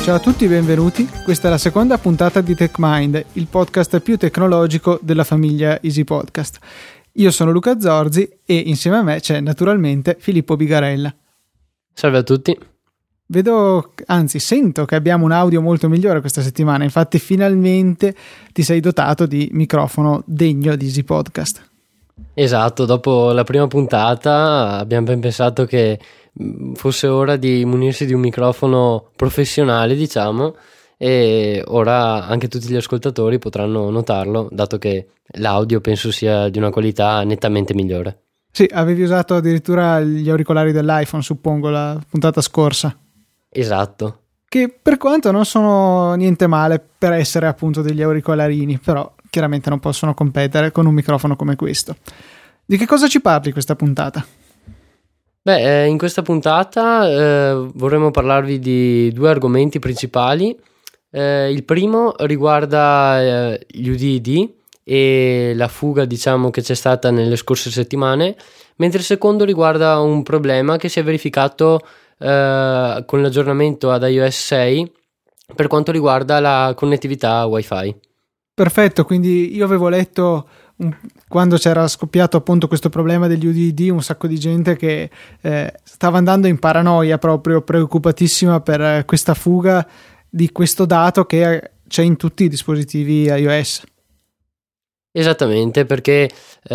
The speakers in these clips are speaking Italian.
Ciao a tutti, benvenuti. Questa è la seconda puntata di TechMind, il podcast più tecnologico della famiglia Easy Podcast. Io sono Luca Zorzi e insieme a me c'è naturalmente Filippo Bigarella. Salve a tutti. Sento che abbiamo un audio molto migliore questa settimana, infatti finalmente ti sei dotato di microfono degno di Easy Podcast. Esatto, dopo la prima puntata abbiamo ben pensato che fosse ora di munirsi di un microfono professionale, diciamo, e ora anche tutti gli ascoltatori potranno notarlo, dato che l'audio penso sia di una qualità nettamente migliore. Sì, avevi usato addirittura gli auricolari dell'iPhone, suppongo, la puntata scorsa. Esatto. Che per quanto non sono niente male per essere appunto degli auricolarini, però chiaramente non possono competere con un microfono come questo. Di che cosa ci parli questa puntata? In questa puntata vorremmo parlarvi di due argomenti principali. Il primo riguarda gli UDD e la fuga, diciamo, che c'è stata nelle scorse settimane, mentre il secondo riguarda un problema che si è verificato con l'aggiornamento ad iOS 6 per quanto riguarda la connettività Wi-Fi. Perfetto, quindi io avevo letto quando c'era scoppiato appunto questo problema degli UDD, un sacco di gente che stava andando in paranoia, proprio preoccupatissima per questa fuga di questo dato che c'è in tutti i dispositivi iOS. Esattamente, perché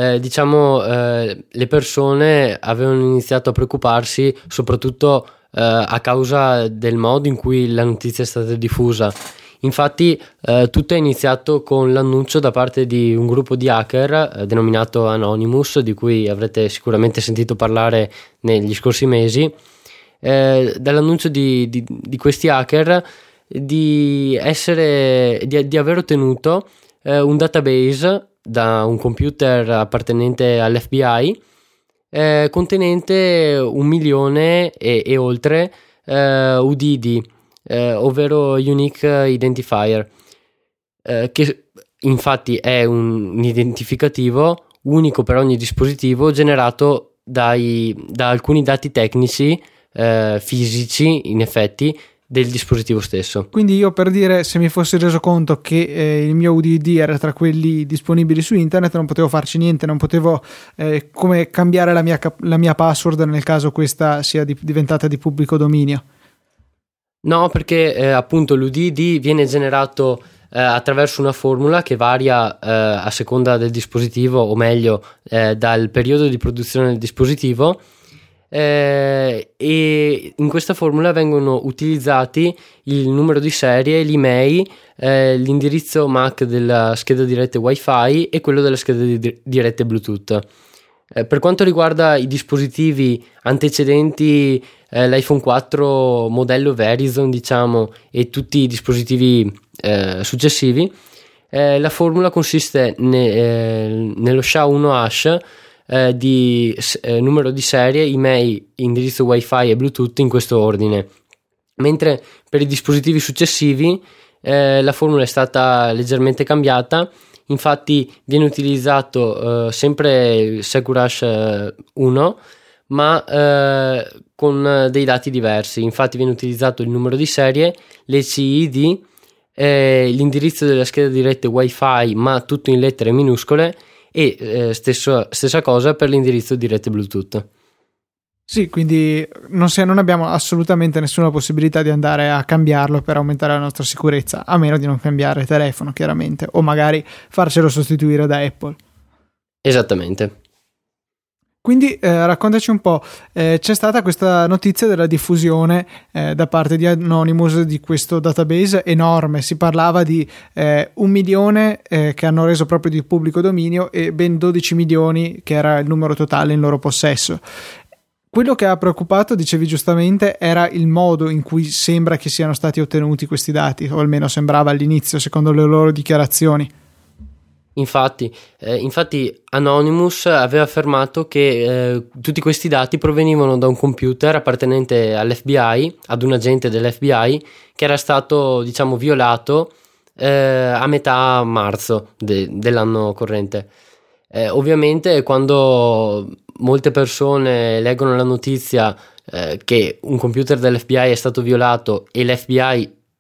le persone avevano iniziato a preoccuparsi soprattutto a causa del modo in cui la notizia è stata diffusa. Infatti tutto è iniziato con l'annuncio da parte di un gruppo di hacker denominato Anonymous, di cui avrete sicuramente sentito parlare negli scorsi mesi, dall'annuncio di questi hacker di aver ottenuto un database da un computer appartenente all'FBI contenente 1 milione e oltre UDD, ovvero Unique Identifier, che infatti è un identificativo unico per ogni dispositivo generato da alcuni dati tecnici fisici, in effetti, del dispositivo stesso. Quindi io, per dire, se mi fossi reso conto che il mio UDD era tra quelli disponibili su internet, non potevo farci niente, non potevo come cambiare la mia password nel caso questa sia diventata di pubblico dominio. No, perché appunto l'UDD viene generato attraverso una formula che varia a seconda del dispositivo, o meglio dal periodo di produzione del dispositivo, e in questa formula vengono utilizzati il numero di serie, l'email, l'indirizzo MAC della scheda di rete Wi-Fi e quello della scheda di rete Bluetooth. Per quanto riguarda i dispositivi antecedenti, l'iPhone 4 modello Verizon, diciamo, e tutti i dispositivi successivi, la formula consiste nello SHA-1 hash di numero di serie, email, indirizzo Wi-Fi e Bluetooth in questo ordine, mentre per i dispositivi successivi la formula è stata leggermente cambiata. Infatti viene utilizzato sempre SecuRhash 1, ma con dei dati diversi. Infatti viene utilizzato il numero di serie, le CID, l'indirizzo della scheda di rete Wi-Fi, ma tutto in lettere minuscole, e stessa cosa per l'indirizzo di rete Bluetooth. Sì, quindi non abbiamo assolutamente nessuna possibilità di andare a cambiarlo per aumentare la nostra sicurezza, a meno di non cambiare telefono, chiaramente, o magari farcelo sostituire da Apple. Esattamente. Quindi raccontaci un po', c'è stata questa notizia della diffusione da parte di Anonymous di questo database enorme. Si parlava di 1 milione che hanno reso proprio di pubblico dominio e ben 12 milioni che era il numero totale in loro possesso. Quello che ha preoccupato, dicevi giustamente, era il modo in cui sembra che siano stati ottenuti questi dati, o almeno sembrava all'inizio, secondo le loro dichiarazioni. Infatti Anonymous aveva affermato che tutti questi dati provenivano da un computer appartenente all'FBI, ad un agente dell'FBI, che era stato, diciamo, violato a metà marzo dell'anno corrente. Ovviamente quando molte persone leggono la notizia che un computer dell'FBI è stato violato e l'FBI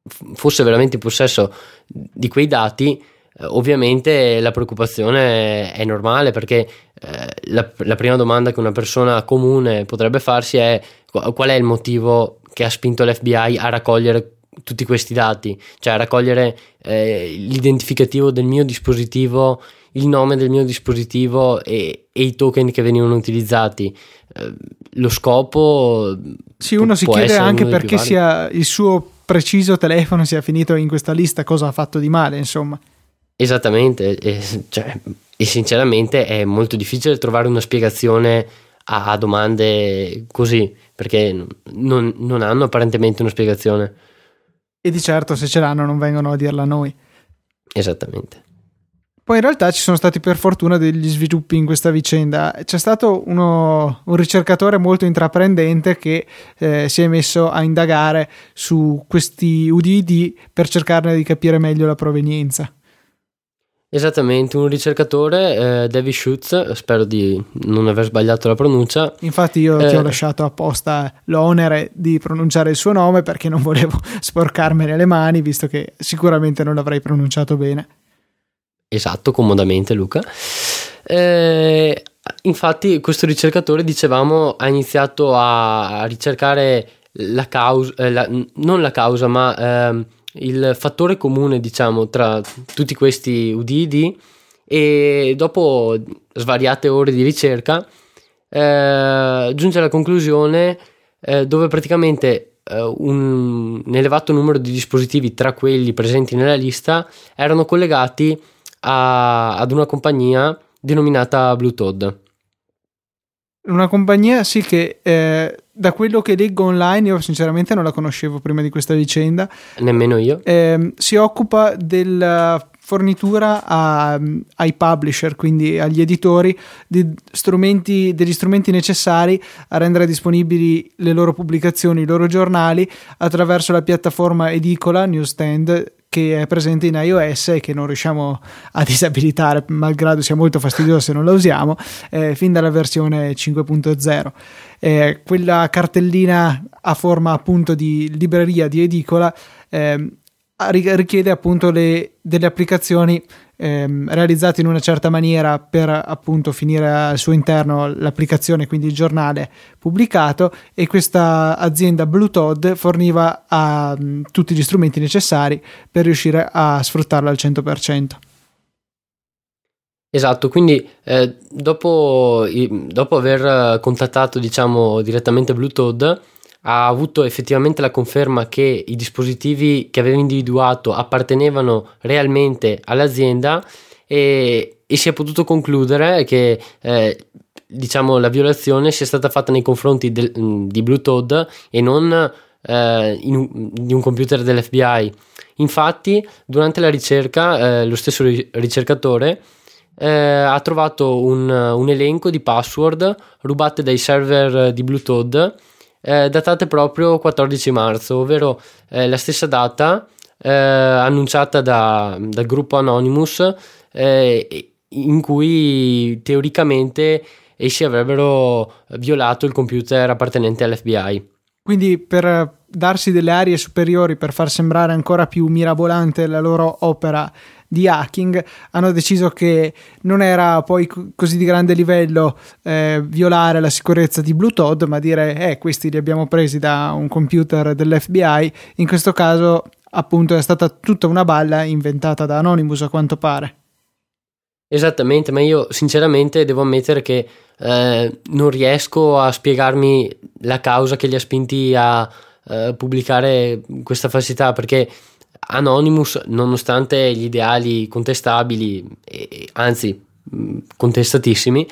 fosse veramente in possesso di quei dati, ovviamente la preoccupazione è normale, perché la prima domanda che una persona comune potrebbe farsi è: qual è il motivo che ha spinto l'FBI a raccogliere tutti questi dati, cioè a raccogliere l'identificativo del mio dispositivo, il nome del mio dispositivo e i token che venivano utilizzati. Lo scopo, sì, uno si chiede anche perché sia il suo preciso telefono sia finito in questa lista, cosa ha fatto di male, insomma. Esattamente, e sinceramente è molto difficile trovare una spiegazione a domande così, perché non hanno apparentemente una spiegazione. E di certo, se ce l'hanno, non vengono a dirla a noi. Esattamente. Poi in realtà ci sono stati per fortuna degli sviluppi in questa vicenda. C'è stato un ricercatore molto intraprendente che si è messo a indagare su questi UDD per cercarne di capire meglio la provenienza. Esattamente, un ricercatore, David Schutz, spero di non aver sbagliato la pronuncia. Infatti io ti ho lasciato apposta l'onere di pronunciare il suo nome, perché non volevo sporcarmene le mani, visto che sicuramente non l'avrei pronunciato bene. Esatto, comodamente, Luca. Infatti questo ricercatore, dicevamo, ha iniziato a ricercare la causa, non la causa, ma il fattore comune, diciamo, tra tutti questi UDD, e dopo svariate ore di ricerca giunge alla conclusione dove praticamente un elevato numero di dispositivi tra quelli presenti nella lista erano collegati ad una compagnia denominata Bluetoad. Una compagnia, sì, che da quello che leggo online, io sinceramente non la conoscevo prima di questa vicenda. Nemmeno io. Si occupa della fornitura ai publisher, quindi agli editori, degli strumenti necessari a rendere disponibili le loro pubblicazioni, i loro giornali, attraverso la piattaforma edicola Newsstand, che è presente in iOS e che non riusciamo a disabilitare, malgrado sia molto fastidioso se non la usiamo, fin dalla versione 5.0. Quella cartellina a forma appunto di libreria di edicola richiede appunto delle applicazioni realizzate in una certa maniera per appunto finire al suo interno l'applicazione, quindi il giornale pubblicato, e questa azienda Bluetoad forniva a tutti gli strumenti necessari per riuscire a sfruttarla al 100%. Esatto, quindi dopo aver contattato, diciamo, direttamente Bluetoad, ha avuto effettivamente la conferma che i dispositivi che aveva individuato appartenevano realmente all'azienda, e si è potuto concludere che diciamo la violazione sia stata fatta nei confronti di Bluetoad e non di un computer dell'FBI. Infatti, durante la ricerca, lo stesso ricercatore ha trovato un elenco di password rubate dai server di Bluetoad, datate proprio 14 marzo, ovvero la stessa data annunciata dal gruppo Anonymous, in cui teoricamente essi avrebbero violato il computer appartenente all'FBI. Quindi, per darsi delle arie superiori, per far sembrare ancora più mirabolante la loro opera di hacking, hanno deciso che non era poi così di grande livello violare la sicurezza di Bluetoad, ma dire questi li abbiamo presi da un computer dell'FBI. In questo caso appunto è stata tutta una balla inventata da Anonymous, a quanto pare. Esattamente, ma io sinceramente devo ammettere che non riesco a spiegarmi la causa che li ha spinti a pubblicare questa falsità, perché Anonymous, nonostante gli ideali contestabili, anzi contestatissimi,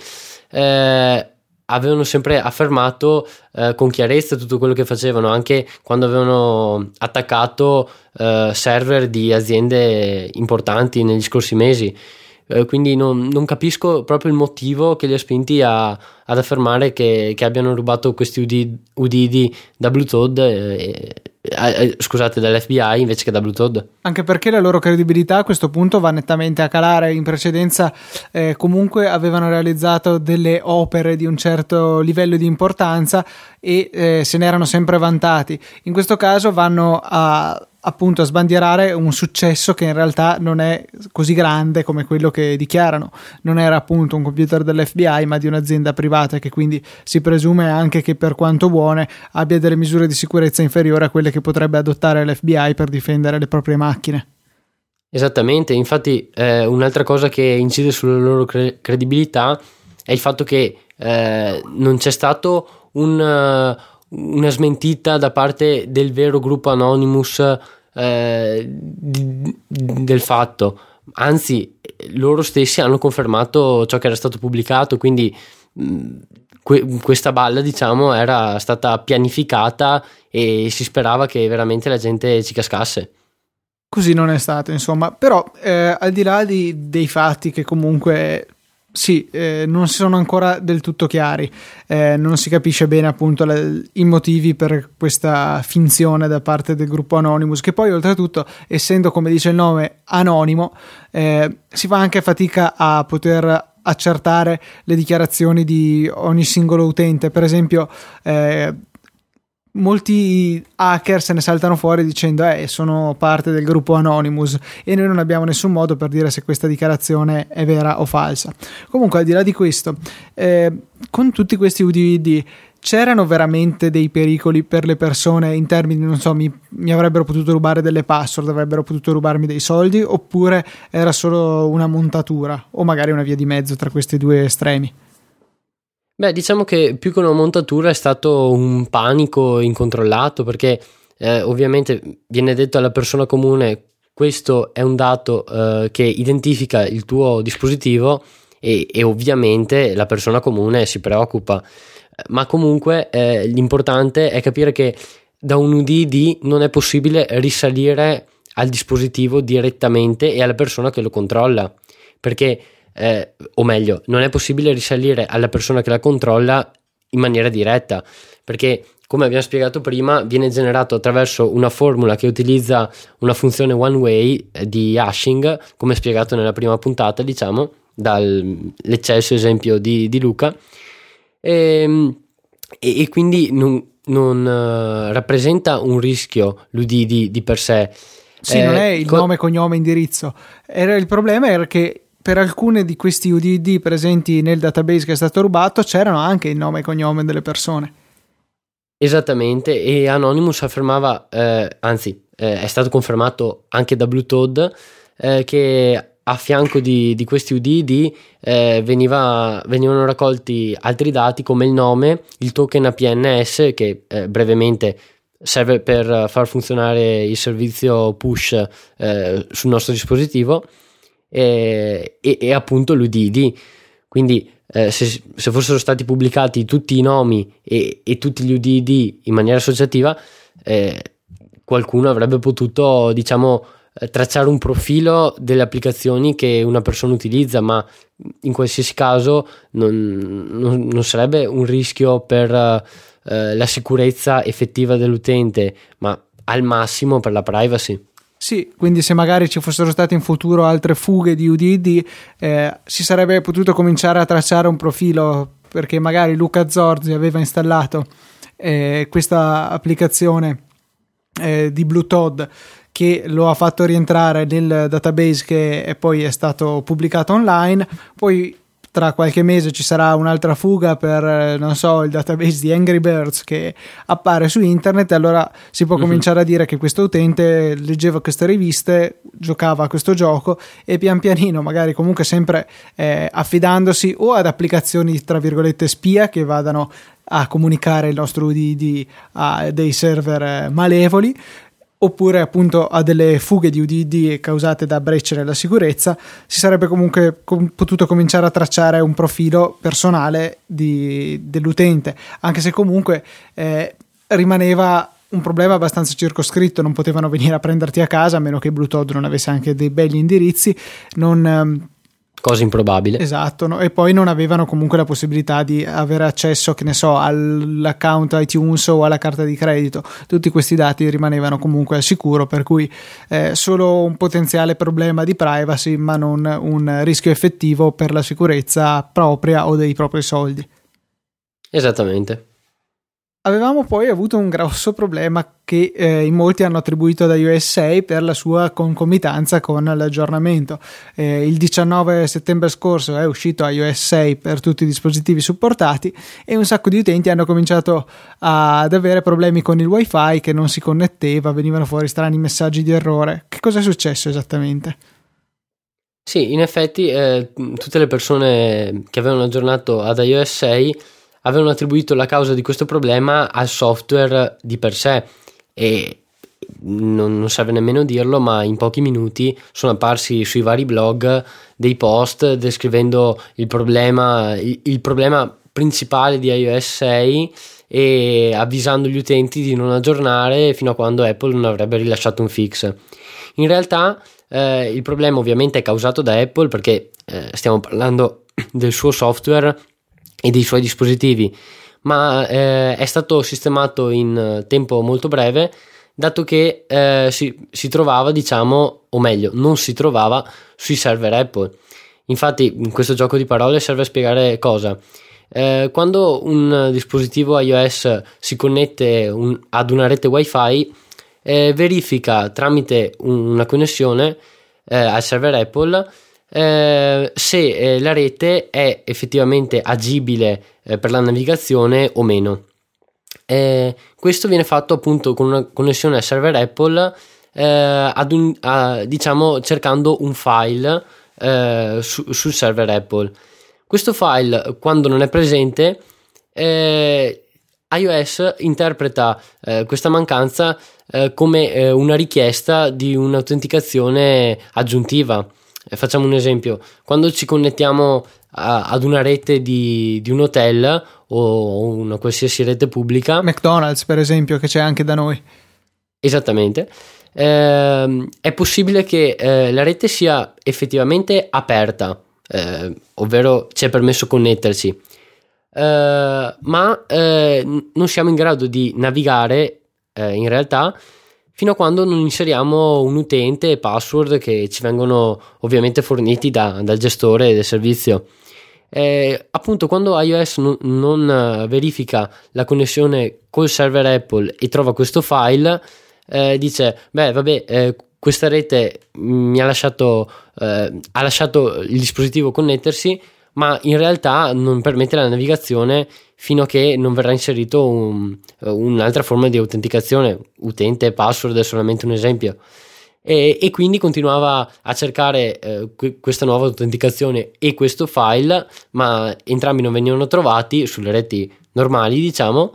avevano sempre affermato con chiarezza tutto quello che facevano, anche quando avevano attaccato server di aziende importanti negli scorsi mesi. Quindi non capisco proprio il motivo che li ha spinti ad affermare che abbiano rubato questi UDD da Bluetoad, scusate, dall'FBI invece che da Bluetoad. Anche perché la loro credibilità a questo punto va nettamente a calare. In precedenza comunque avevano realizzato delle opere di un certo livello di importanza e se ne erano sempre vantati. In questo caso vanno a appunto a sbandierare un successo che in realtà non è così grande come quello che dichiarano. Non era appunto un computer dell'FBI, ma di un'azienda privata, che quindi si presume anche che, per quanto buone, abbia delle misure di sicurezza inferiori a quelle che potrebbe adottare l'FBI per difendere le proprie macchine. Esattamente, infatti un'altra cosa che incide sulla loro credibilità è il fatto che non c'è stato una smentita da parte del vero gruppo Anonymous del fatto, anzi loro stessi hanno confermato ciò che era stato pubblicato, quindi questa balla, diciamo, era stata pianificata e si sperava che veramente la gente ci cascasse. Così non è stato, insomma, però al di là dei fatti che comunque sì, non sono ancora del tutto chiari, non si capisce bene appunto i motivi per questa finzione da parte del gruppo Anonymous, che poi oltretutto, essendo, come dice il nome, anonimo, si fa anche fatica a poter accertare le dichiarazioni di ogni singolo utente. Per esempio, molti hacker se ne saltano fuori dicendo sono parte del gruppo Anonymous, e noi non abbiamo nessun modo per dire se questa dichiarazione è vera o falsa. Comunque, al di là di questo, con tutti questi UDD c'erano veramente dei pericoli per le persone, in termini, non so, mi avrebbero potuto rubare delle password, avrebbero potuto rubarmi dei soldi, oppure era solo una montatura o magari una via di mezzo tra questi due estremi? Beh, diciamo che più che una montatura è stato un panico incontrollato, perché ovviamente viene detto alla persona comune: questo è un dato che identifica il tuo dispositivo, e ovviamente la persona comune si preoccupa. Ma comunque l'importante è capire che da un UDD non è possibile risalire al dispositivo direttamente e alla persona che lo controlla, perché o meglio, non è possibile risalire alla persona che la controlla in maniera diretta, perché, come abbiamo spiegato prima, viene generato attraverso una formula che utilizza una funzione one way di hashing, come spiegato nella prima puntata, diciamo, dall'eccesso esempio di Luca, e quindi non rappresenta un rischio l'UDD di per sé. Sì, non è il nome, cognome, indirizzo. Il problema era che per alcune di questi UDD presenti nel database che è stato rubato c'erano anche il nome e cognome delle persone. Esattamente, e Anonymous affermava, anzi è stato confermato anche da Blue Toad, che a fianco di questi UDD venivano raccolti altri dati come il nome, il token APNS, che brevemente serve per far funzionare il servizio push sul nostro dispositivo, e appunto l'UDD. Quindi se fossero stati pubblicati tutti i nomi e tutti gli UDD in maniera associativa, qualcuno avrebbe potuto, diciamo, tracciare un profilo delle applicazioni che una persona utilizza, ma in qualsiasi caso non sarebbe un rischio per la sicurezza effettiva dell'utente, ma al massimo per la privacy. Sì, quindi se magari ci fossero state in futuro altre fughe di UDD, si sarebbe potuto cominciare a tracciare un profilo, perché magari Luca Zorzi aveva installato questa applicazione di Blue Toad, che lo ha fatto rientrare nel database che poi è stato pubblicato online. Poi tra qualche mese ci sarà un'altra fuga per, non so, il database di Angry Birds che appare su internet, e allora si può cominciare a dire che questo utente leggeva queste riviste, giocava a questo gioco, e pian pianino, magari comunque sempre affidandosi o ad applicazioni tra virgolette spia che vadano a comunicare il nostro UDD a dei server malevoli, oppure appunto a delle fughe di UDD causate da brecce nella sicurezza, si sarebbe comunque potuto cominciare a tracciare un profilo personale dell'utente, anche se comunque rimaneva un problema abbastanza circoscritto. Non potevano venire a prenderti a casa, a meno che Blue Toad non avesse anche dei begli indirizzi, cosa improbabile. Esatto, no? E poi non avevano comunque la possibilità di avere accesso, che ne so, all'account iTunes o alla carta di credito. Tutti questi dati rimanevano comunque al sicuro, per cui solo un potenziale problema di privacy, ma non un rischio effettivo per la sicurezza propria o dei propri soldi. Esattamente. avevamo poi avuto un grosso problema che in molti hanno attribuito ad iOS 6 per la sua concomitanza con l'aggiornamento. Il 19 settembre scorso è uscito iOS 6 per tutti i dispositivi supportati e un sacco di utenti hanno cominciato ad avere problemi con il wifi che non si connetteva, venivano fuori strani messaggi di errore. Che cosa è successo esattamente? Sì, in effetti tutte le persone che avevano aggiornato ad iOS 6 avevano attribuito la causa di questo problema al software di per sé, e non serve nemmeno dirlo, ma in pochi minuti sono apparsi sui vari blog dei post descrivendo il problema principale di iOS 6 e avvisando gli utenti di non aggiornare fino a quando Apple non avrebbe rilasciato un fix. In realtà il problema ovviamente è causato da Apple, perché stiamo parlando del suo software e dei suoi dispositivi, ma è stato sistemato in tempo molto breve, dato che si trovava, diciamo, o meglio, non si trovava sui server Apple. Infatti, in questo gioco di parole serve a spiegare cosa. Quando un dispositivo iOS si connette ad una rete Wi-Fi, verifica tramite una connessione al server Apple se la rete è effettivamente agibile per la navigazione o meno. Questo viene fatto appunto con una connessione al server Apple, diciamo cercando un file sul server Apple. Questo file, quando non è presente, iOS interpreta questa mancanza come una richiesta di un'autenticazione aggiuntiva. Facciamo un esempio: quando ci connettiamo ad una rete di un hotel o una qualsiasi rete pubblica, McDonald's per esempio, che c'è anche da noi. Esattamente, è possibile che la rete sia effettivamente aperta, ovvero ci è permesso connetterci, ma non siamo in grado di navigare in realtà fino a quando non inseriamo un utente e password che ci vengono ovviamente forniti dal gestore del servizio. Appunto, quando iOS non verifica la connessione col server Apple e trova questo file, dice: beh, vabbè, questa rete ha lasciato il dispositivo connettersi, ma in realtà non permette la navigazione fino a che non verrà inserito un'altra forma di autenticazione. Utente e password è solamente un esempio. E quindi continuava a cercare questa nuova autenticazione e questo file, ma entrambi non venivano trovati sulle reti normali, diciamo,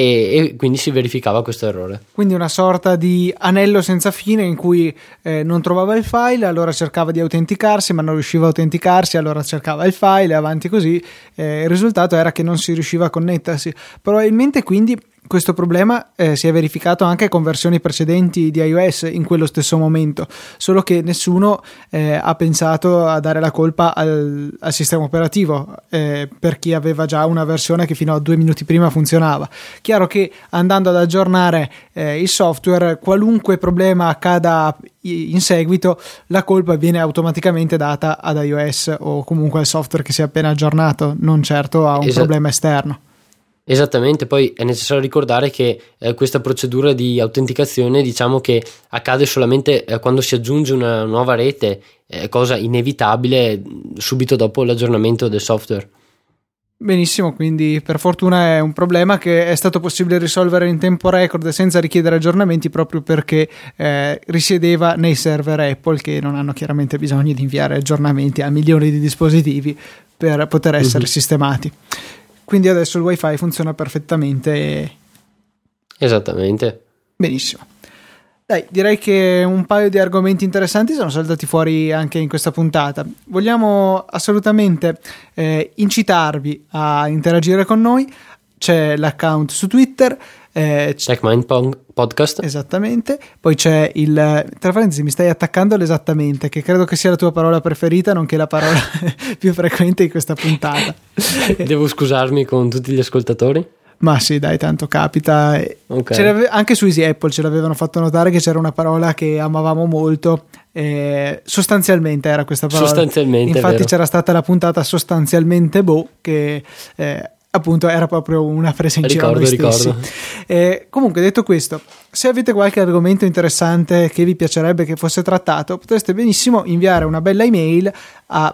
e quindi si verificava questo errore. Quindi una sorta di anello senza fine in cui non trovava il file, allora cercava di autenticarsi ma non riusciva a autenticarsi, allora cercava il file e avanti così. Il risultato era che non si riusciva a connettersi. Probabilmente quindi questo problema si è verificato anche con versioni precedenti di iOS in quello stesso momento, solo che nessuno ha pensato a dare la colpa al sistema operativo, per chi aveva già una versione che fino a 2 minuti prima funzionava. Chiaro che andando ad aggiornare il software, qualunque problema accada in seguito, la colpa viene automaticamente data ad iOS o comunque al software che si è appena aggiornato, non certo a un problema esterno. Esattamente, poi è necessario ricordare che questa procedura di autenticazione, diciamo che accade solamente quando si aggiunge una nuova rete, cosa inevitabile subito dopo l'aggiornamento del software. Benissimo, quindi per fortuna è un problema che è stato possibile risolvere in tempo record senza richiedere aggiornamenti, proprio perché risiedeva nei server Apple, che non hanno chiaramente bisogno di inviare aggiornamenti a milioni di dispositivi per poter essere sistemati. Quindi adesso il wifi funziona perfettamente. Esattamente. Benissimo. Dai, direi che un paio di argomenti interessanti sono saltati fuori anche in questa puntata. Vogliamo assolutamente incitarvi a interagire con noi. C'è l'account su Twitter, Checkmine Podcast. Esattamente. Poi c'è tra parentesi, mi stai attaccando l'esattamente, che credo che sia la tua parola preferita, nonché la parola più frequente in questa puntata. Devo scusarmi con tutti gli ascoltatori? Ma sì, dai, tanto capita. Okay. Anche su Easy Apple ce l'avevano fatto notare che c'era una parola che amavamo molto. Sostanzialmente era questa parola. Sostanzialmente. Infatti vero. C'era stata la puntata Sostanzialmente Boh, che appunto era proprio una presa in giro a noi stessi. Comunque, detto questo, se avete qualche argomento interessante che vi piacerebbe che fosse trattato, potreste benissimo inviare una bella email a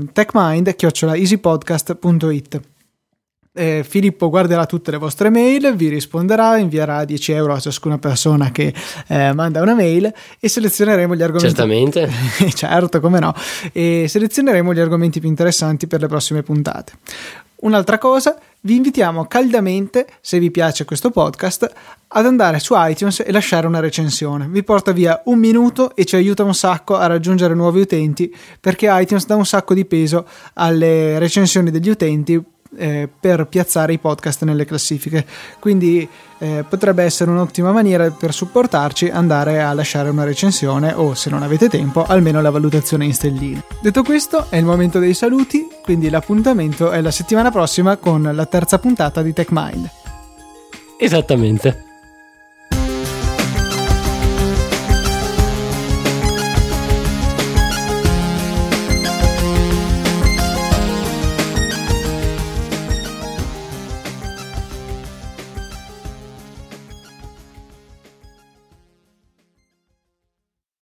techmind@easypodcast.it. Filippo guarderà tutte le vostre mail, vi risponderà, invierà 10 euro a ciascuna persona che manda una mail e selezioneremo gli argomenti. Certamente. Certo, come no. E selezioneremo gli argomenti più interessanti per le prossime puntate. Un'altra cosa, vi invitiamo caldamente, se vi piace questo podcast, ad andare su iTunes e lasciare una recensione. Vi porta via 1 minuto e ci aiuta un sacco a raggiungere nuovi utenti, perché iTunes dà un sacco di peso alle recensioni degli utenti per piazzare i podcast nelle classifiche, quindi potrebbe essere un'ottima maniera per supportarci andare a lasciare una recensione o, se non avete tempo, almeno la valutazione in stelline. Detto questo, è il momento dei saluti, quindi l'appuntamento è la settimana prossima con la terza puntata di TechMind. Esattamente.